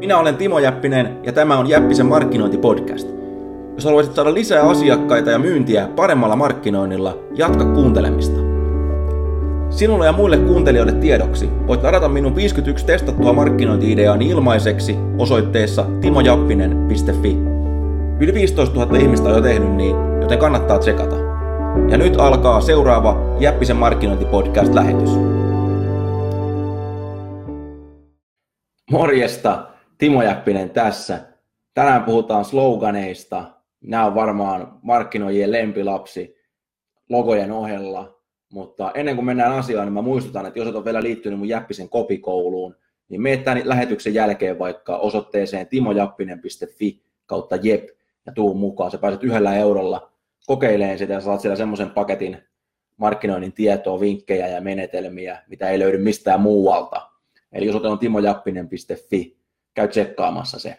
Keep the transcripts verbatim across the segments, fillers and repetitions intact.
Minä olen Timo Jäppinen ja tämä on Jäppisen markkinointipodcast. Jos haluaisit saada lisää asiakkaita ja myyntiä paremmalla markkinoinnilla, jatka kuuntelemista. Sinulle ja muille kuuntelijoille tiedoksi voit ladata minun viisikymmentäyksi testattua markkinointi-ideaani ilmaiseksi osoitteessa timojappinen piste fi. Yli viisitoistatuhatta ihmistä on jo tehnyt niin, joten kannattaa tsekata. Ja nyt alkaa seuraava Jäppisen markkinointipodcast-lähetys. Morjesta, Timo Jäppinen tässä. Tänään puhutaan sloganeista. Nämä on varmaan markkinoijien lempilapsi logojen ohella. Mutta ennen kuin mennään asiaan, niin mä muistutan, että jos et ole vielä liittynyt mun Jäppisen kopikouluun, niin mene tämän lähetyksen jälkeen vaikka osoitteeseen timojappinen piste fi kautta jep ja tuu mukaan. Sä pääset yhdellä eurolla kokeilemaan sitä ja saat siellä semmoisen paketin markkinoinnin tietoa, vinkkejä ja menetelmiä, mitä ei löydy mistään muualta. Eli osoite on timojappinen piste fi. Käy tsekkaamassa se.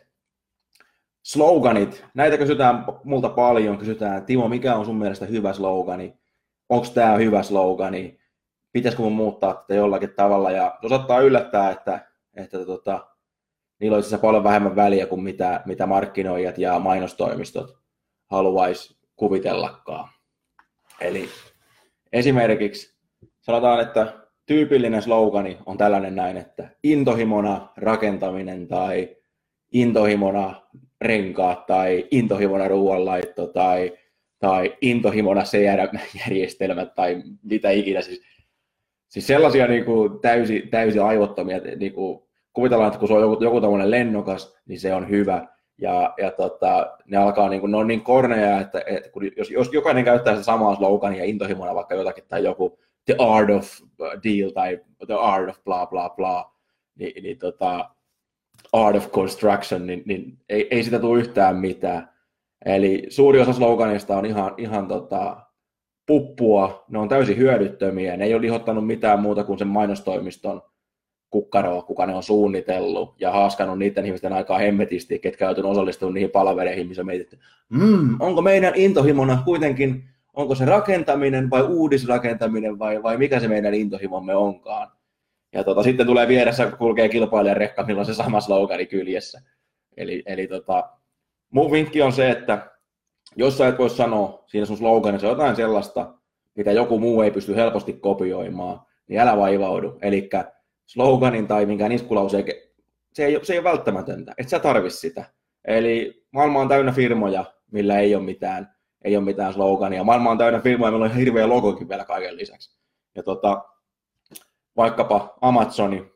Sloganit. Näitä kysytään multa paljon. Kysytään, Timo, mikä on sun mielestä hyvä slogani? Onko tämä hyvä slogani? Pitäisikö mun muuttaa tätä jollakin tavalla? Ja saattaa yllättää, että, että tota, niillä olisi paljon vähemmän väliä kuin mitä, mitä markkinoijat ja mainostoimistot haluaisi kuvitellakaan. Eli esimerkiksi sanotaan, että tyypillinen slogani on tällainen näin, että intohimona rakentaminen tai intohimona renkaat tai intohimona ruoanlaitto tai, tai intohimona C R M-järjestelmät tai mitä ikinä. Siis, siis sellaisia niin kuin täysin, täysin aivottomia, niin kuin kuvitellaan, että kun se on joku, joku tämmöinen lennokas, niin se on hyvä. Ja, ja tota, ne alkaa niin kuin, ne on niin korneja, että, että kun, jos, jos jokainen käyttää sitä samaa slogania intohimona vaikka jotakin tai joku the art of deal tai the art of bla bla bla, niin, niin tota, art of construction, niin, niin ei, ei sitä tule yhtään mitään. Eli suuri osa sloganista on ihan, ihan tota, puppua, ne on täysin hyödyttömiä, ne ei ole lihottanut mitään muuta kuin sen mainostoimiston kukkaroa, kuka ne on suunnitellut ja haaskannut niiden ihmisten aikaa hemmetisti, ketkä joutunut osallistumaan niihin palavereihin, missä mietitty, mmm, onko meidän intohimona kuitenkin, onko se rakentaminen vai uudisrakentaminen vai, vai mikä se meidän intohimomme onkaan. Ja tota, sitten tulee vieressä, kun kulkee kilpailijan rekka, millä on se sama slogani kyljessä. Eli, eli tota, mun vinkki on se, että jos sä et voi sanoa siinä sun sloganissa jotain sellaista, mitä joku muu ei pysty helposti kopioimaan, niin älä vaivaudu. Eli sloganin tai minkään iskulauseen, se ei, se ei ole välttämätöntä, et sä tarvitse sitä. Eli maailma on täynnä firmoja, millä ei ole mitään, ei ole mitään slogania. Maailma on täynnä firmoja, millä on hirveä logokin vielä kaiken lisäksi. Ja tota, vaikkapa Amazoni,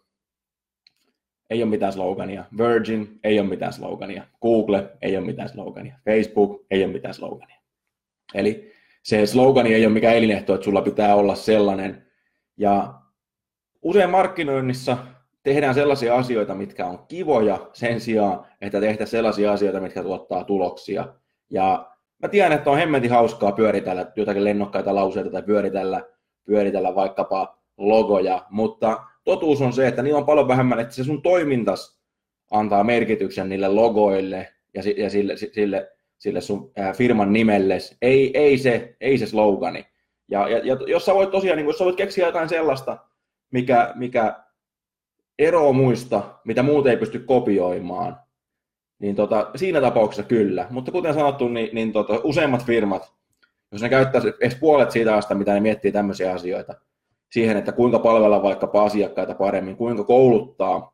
ei ole mitään slogania. Virgin, ei ole mitään slogania. Google, ei ole mitään slogania. Facebook, ei ole mitään slogania. Eli se slogani ei ole mikään elinehto, että sulla pitää olla sellainen. Ja usein markkinoinnissa tehdään sellaisia asioita, mitkä on kivoja sen sijaan, että tehdään sellaisia asioita, mitkä tuottaa tuloksia. Ja mä tiedän, että on hemmetin hauskaa pyöritellä jotakin lennokkaita lauseita tai pyöritellä, pyöritellä vaikkapa logoja, mutta totuus on se, että niillä on paljon vähemmän, että se sun toimintas antaa merkityksen niille logoille ja, si- ja sille, sille, sille sun firman nimelle, ei, ei, se, ei se slogani. Ja, ja, ja jos sä voit tosiaan, niin jos sä voit keksiä jotain sellaista, mikä, mikä eroaa muista, mitä muut ei pysty kopioimaan, niin tota, siinä tapauksessa kyllä. Mutta kuten sanottu, niin, niin tota, useimmat firmat, jos ne käyttäisi edes puolet siitä ajasta, mitä ne miettii tämmöisiä asioita, siihen, että kuinka palvella vaikkapa asiakkaita paremmin, kuinka kouluttaa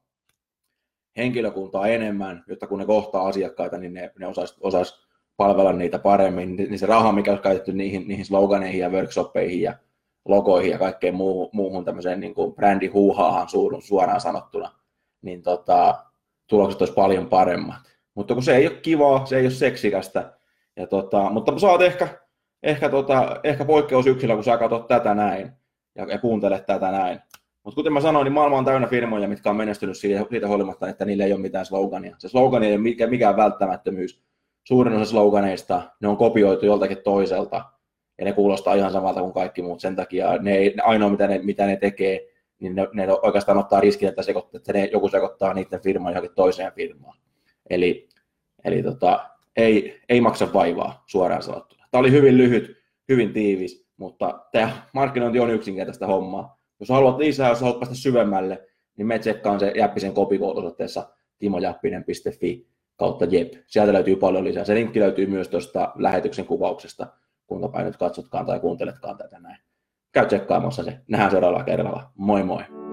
henkilökuntaa enemmän, jotta kun ne kohtaa asiakkaita, niin ne, ne osaisi osais palvella niitä paremmin. Niin se raha, mikä on käytetty niihin, niihin sloganeihin ja workshoppeihin ja logoihin ja kaikkeen muuhun, muuhun tämmöiseen niin kuin brändin huuhaahan suoraan sanottuna, niin tota, tulokset olisi paljon paremmat. Mutta kun se ei ole kivaa, se ei ole seksikästä, ja tota, mutta sä oot ehkä, ehkä, tota, ehkä poikkeusyksilö, kun sä katsot tätä näin ja, ja kuuntelet tätä näin. Mutta kuten mä sanoin, niin maailma on täynnä firmoja, mitkä on menestynyt siitä, siitä huolimatta, että niillä ei ole mitään slogania. Se slogani ei ole mikään välttämättömyys. Suurin osa sloganeista, ne on kopioitu joltakin toiselta, ja ne kuulostaa ihan samalta kuin kaikki muut. Sen takia ne ei, ainoa, mitä ne, mitä ne tekee, niin ne, ne oikeastaan ottaa riskin, että, sekoittaa, että ne, joku sekoittaa niiden firman johonkin toiseen firmaan. Eli, eli tota, ei, ei maksa vaivaa suoraan sanottuna. Tämä oli hyvin lyhyt, hyvin tiivis, mutta tämä markkinointi on yksinkertaista hommaa. Jos haluat lisää, jos haluat päästä syvemmälle, niin me tsekkaan se Jäppisen kopikoulu osoitteessa timojappinen piste fi kautta jep. Sieltä löytyy paljon lisää. Se linkki löytyy myös tuosta lähetyksen kuvauksesta, kuinka päin nyt katsotkaan tai kuunteletkaan tätä näin. Käy tsekkaamassa se. Nähdään seuraavalla kerralla. Moi moi!